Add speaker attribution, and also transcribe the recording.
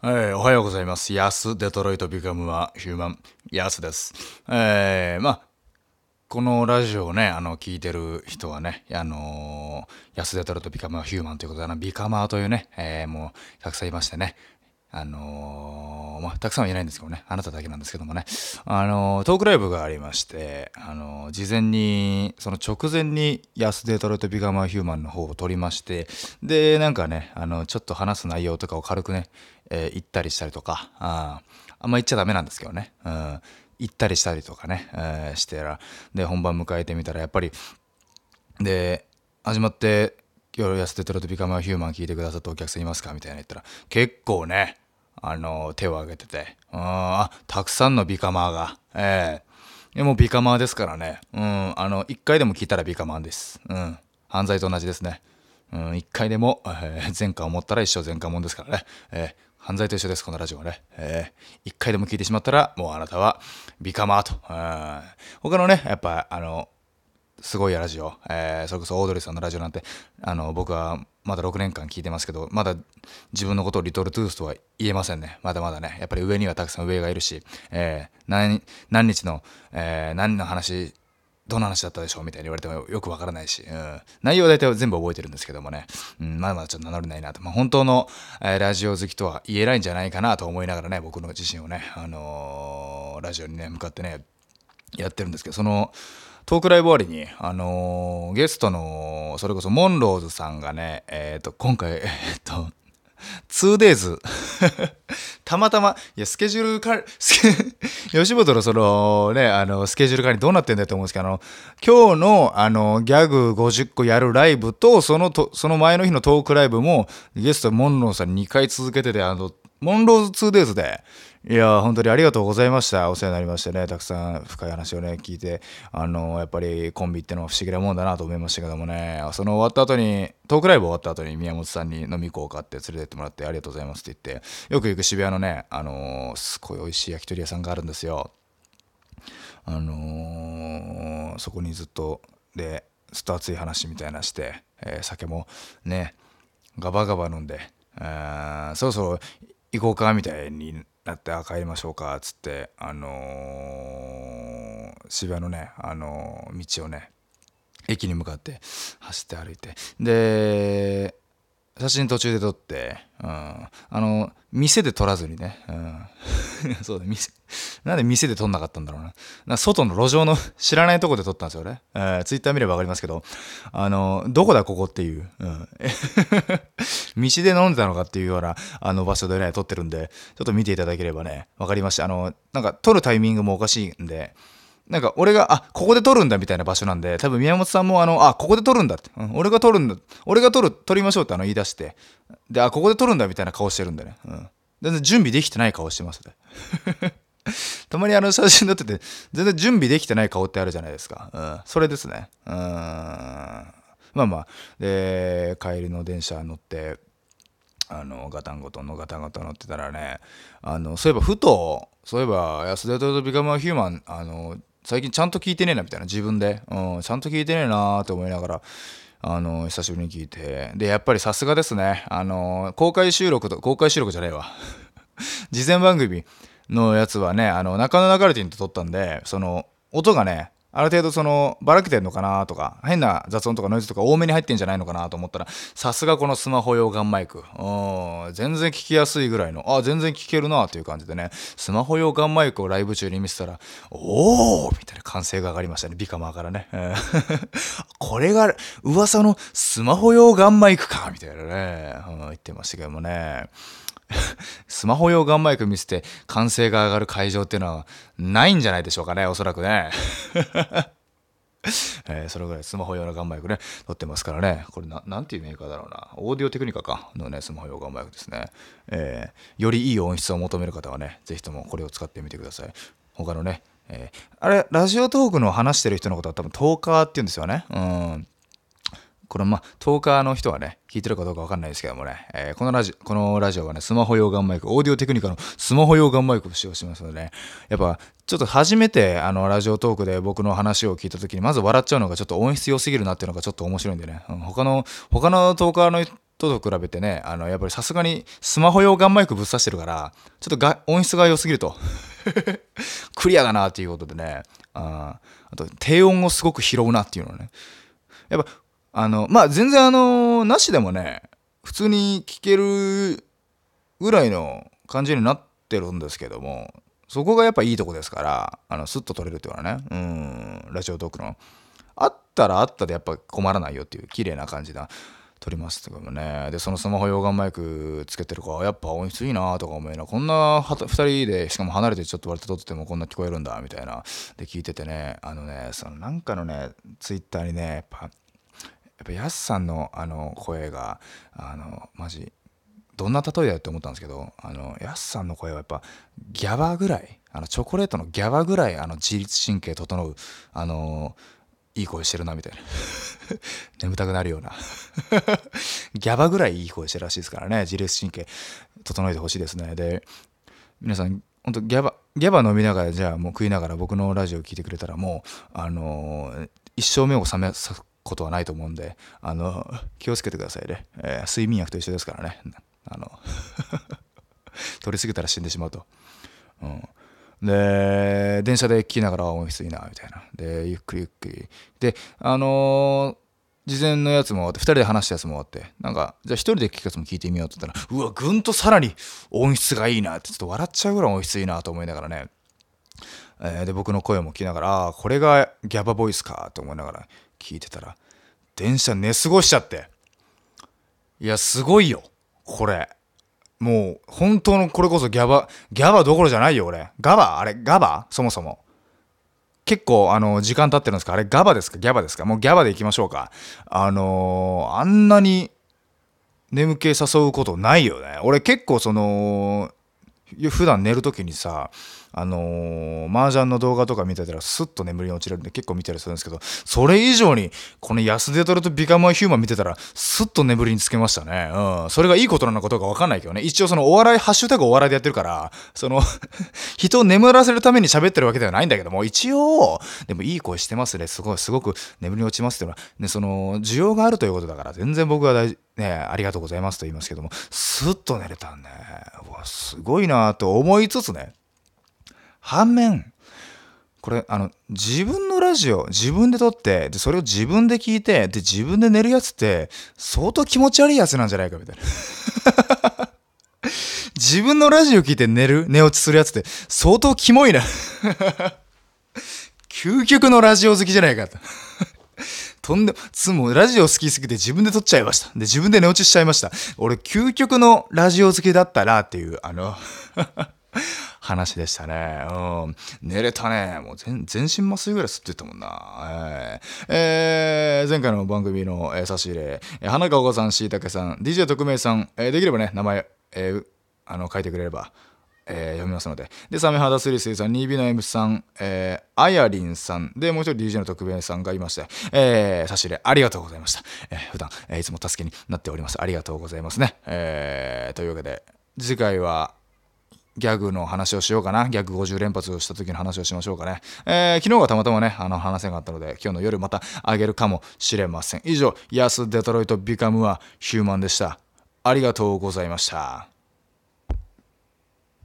Speaker 1: おはようございます。ヤスデトロイトビカムはヒューマンヤスです。このラジオをね、聞いてる人はね、ヤスデトロイトビカムはヒューマンということで、ビカマーというね、もうたくさんいましてね、たくさんはいないんですけどね、あなただけなんですけどもね、トークライブがありまして、事前に、その直前にヤスデトロイトビカムはヒューマンの方を撮りまして、で、なんかね、ちょっと話す内容とかを軽くね、言ったりしたりとか、あんま言っちゃダメなんですけどね、行ったりしたりとかね、してら、で、本番迎えてみたら、やっぱり、で、始まって、夜痩せてトロトピカムヒューマン聞いてくださったお客さんいますかみたいな言ったら、結構ね、手を挙げてて、たくさんのビカマーが、でもビカマーですからね、一回でも聞いたらビカマーです。犯罪と同じですね。一回でも、前科を持ったら一生前科もんですからね。犯罪と一緒です、このラジオはね。一回でも聞いてしまったら、もうあなたはビカマーと。他のね、やっぱ、すごいラジオ、それこそオードリーさんのラジオなんて、僕はまだ6年間聞いてますけど、まだ自分のことをリトルトゥースとは言えませんね。まだまだね。やっぱり上にはたくさん上がいるし、何日の、何の話、どんな話だったでしょうみたいに言われてもよくわからないし、内容は大体全部覚えてるんですけどもね、まだまだちょっと名乗れないなと、本当の、ラジオ好きとは言えないんじゃないかなと思いながらね、僕の自身をね、ラジオにね、向かってね、やってるんですけど、そのトークライブ終わりに、ゲストの、それこそモンローズさんがね、今回、2days たまたま、いや、スケジュール管理、吉本のそのね、スケジュール管理どうなってんだと思うんですけど、今日の、ギャグ50個やるライブと、その前の日のトークライブも、ゲストモンローズさん2回続けてて、モンローズ 2days で、いや本当にありがとうございました。お世話になりましてね、たくさん深い話をね、聞いて、やっぱりコンビってのは不思議なもんだなと思いましたけどもね、その終わった後に、トークライブ終わった後に宮本さんに飲み行こうかって連れてってもらってありがとうございますって言って、よく行く渋谷のね、すごい美味しい焼き鳥屋さんがあるんですよ。そこにずっと熱い話みたいなして、酒もねガバガバ飲んで、そろそろ行こうかみたいになって、帰りましょうかっつって、渋谷のね、道をね駅に向かって走って歩いて、で写真途中で撮って、店で撮らずにね、そうだ、なんで店で撮んなかったんだろうな。外の路上の知らないとこで撮ったんですよね。ツイッター見ればわかりますけど、どこだここっていう、道で飲んでたのかっていうような、場所でね、撮ってるんで、ちょっと見ていただければね、わかりました。なんか撮るタイミングもおかしいんで、なんか俺が、ここで撮るんだみたいな場所なんで、多分宮本さんもここで撮るんだって、俺が撮るんだ、撮りましょうって言い出して、で、ここで撮るんだみたいな顔してるんでね、全然準備できてない顔してますね。たまに写真撮ってて、全然準備できてない顔ってあるじゃないですか。それですね。で、帰りの電車乗って、ガタンゴトンのガタンゴトン乗ってたらね、そういえば、安田とビカムアヒューマン、最近ちゃんと聞いてねえなみたいな、自分で、ちゃんと聞いてねえなーって思いながら、久しぶりに聞いて、でやっぱりさすがですね、公開収録じゃねえわ事前番組のやつはね、中野流れてに撮ったんで、その音がねある程度そのばらけてんのかなとか、変な雑音とかノイズとか多めに入ってんじゃないのかなと思ったら、さすがこのスマホ用ガンマイク、全然聞きやすいぐらいの、全然聞けるなっていう感じでね、スマホ用ガンマイクをライブ中に見せたら、おーみたいな歓声が上がりましたね、ビカマーからね。これが噂のスマホ用ガンマイクかみたいなね、言ってましたけどもね。スマホ用ガンマイク見せて歓声が上がる会場っていうのはないんじゃないでしょうかね、おそらくね。それぐらいスマホ用のガンマイクね撮ってますからね。これなんていうメーカーだろうな、オーディオテクニカかのねスマホ用ガンマイクですね。よりいい音質を求める方はね、ぜひともこれを使ってみてください。他のね、あれラジオトークの話してる人のことは多分トーカーって言うんですよね。これトーカーの人はね聞いてるかどうか分かんないですけどもね、このラジオはねスマホ用ガンマイク、オーディオテクニカのスマホ用ガンマイクを使用しますのでね、やっぱちょっと初めてラジオトークで僕の話を聞いた時にまず笑っちゃうのがちょっと音質良すぎるなっていうのがちょっと面白いんでね、他のトーカーの人と比べてね、やっぱりさすがにスマホ用ガンマイクぶっ刺してるから、ちょっと音質が良すぎると。クリアだなっていうことでね、あと低音をすごく拾うなっていうのね。やっぱ、まあ全然なしでもね、普通に聴けるぐらいの感じになってるんですけども、そこがやっぱいいとこですから、スッと撮れるっていうのはね、ラジオトークの。あったらあったでやっぱ困らないよっていう綺麗な感じだ。撮りますけどもね。で、そのスマホ用ガンマイクつけてるから、やっぱ音質いいなとか思いな、こんな2人で、しかも離れてちょっと割と撮っててもこんな聞こえるんだ、みたいな。で、聞いててね、そのなんかのね、ツイッターにね、やっぱヤスさんの声が、マジ、どんな例えだよって思ったんですけど、ヤスさんの声はやっぱギャバぐらい、チョコレートのギャバぐらい、自律神経整う、いい声してるなみたいな眠たくなるようなギャバぐらいいい声してるらしいですからね。自律神経整えてほしいですね。で、皆さん本当ギャバ飲みながら、じゃあもう食いながら僕のラジオ聞いてくれたら、もう一生目を覚めさすことはないと思うんで、気をつけてくださいね。睡眠薬と一緒ですからね。取りすぎたら死んでしまうと。で、電車で聞きながら音質いいなみたいな。で、ゆっくりゆっくり。で、事前のやつも終わって、2人で話したやつも終わって、なんか、じゃあ1人で聞くやつも聞いてみようって言ったら、うわ、ぐんとさらに音質がいいなって、ちょっと笑っちゃうぐらい音質いいなと思いながらね。で、僕の声も聞きながら、これがギャバボイスかと思いながら聞いてたら、電車寝過ごしちゃって。いや、すごいよ。これ。もう、本当のこれこそギャバどころじゃないよ、俺。ガバそもそも。結構、時間経ってるんですか？あれ、ガバですか？ギャバですか？もうギャバでいきましょうか。あんなに眠気誘うことないよね。俺結構普段寝るときにさ、麻雀の動画とか見てたらスッと眠りに落ちれるんで結構見たりするんですけど、それ以上にこの安デトロとビカムアヒューマン見てたらスッと眠りにつけましたね。それがいいことなのかどうかわかんないけどね。一応そのお笑い、ハッシュタグお笑いでやってるから、人を眠らせるために喋ってるわけではないんだけども、一応、でもいい声してますね。すごく眠りに落ちますっていうのは、ね、需要があるということだから、全然僕はありがとうございますと言いますけども、スッと寝れたんね。うわ、すごいなと思いつつね、反面、これ、自分のラジオ、自分で撮って、で、それを自分で聞いて、で、自分で寝るやつって、相当気持ち悪いやつなんじゃないか、みたいな。自分のラジオ聞いて寝落ちするやつって、相当キモいな。究極のラジオ好きじゃないかと。もうラジオ好きすぎて自分で撮っちゃいました。で、自分で寝落ちしちゃいました。俺、究極のラジオ好きだったらっていう、話でしたね。寝れたね。もう全身麻酔ぐらい吸ってたもんな。前回の番組の、差し入れ、花川さん、しいたけさん、DJ 特命さん、できればね、名前、書いてくれれば、読みますので。で、サメハダスリスイさん、2B の M さん、あやりんさん、で、もう一人 DJ の特命さんがいまして、差し入れありがとうございました。普段、いつも助けになっております。ありがとうございますね。というわけで、次回は、ギャグの話をしようかな。ギャグ50連発をした時の話をしましょうかね。昨日がたまたまね、話せなかったので、今日の夜またあげるかもしれません。以上、ヤスデトロイトビカムはヒューマンでした。ありがとうございました。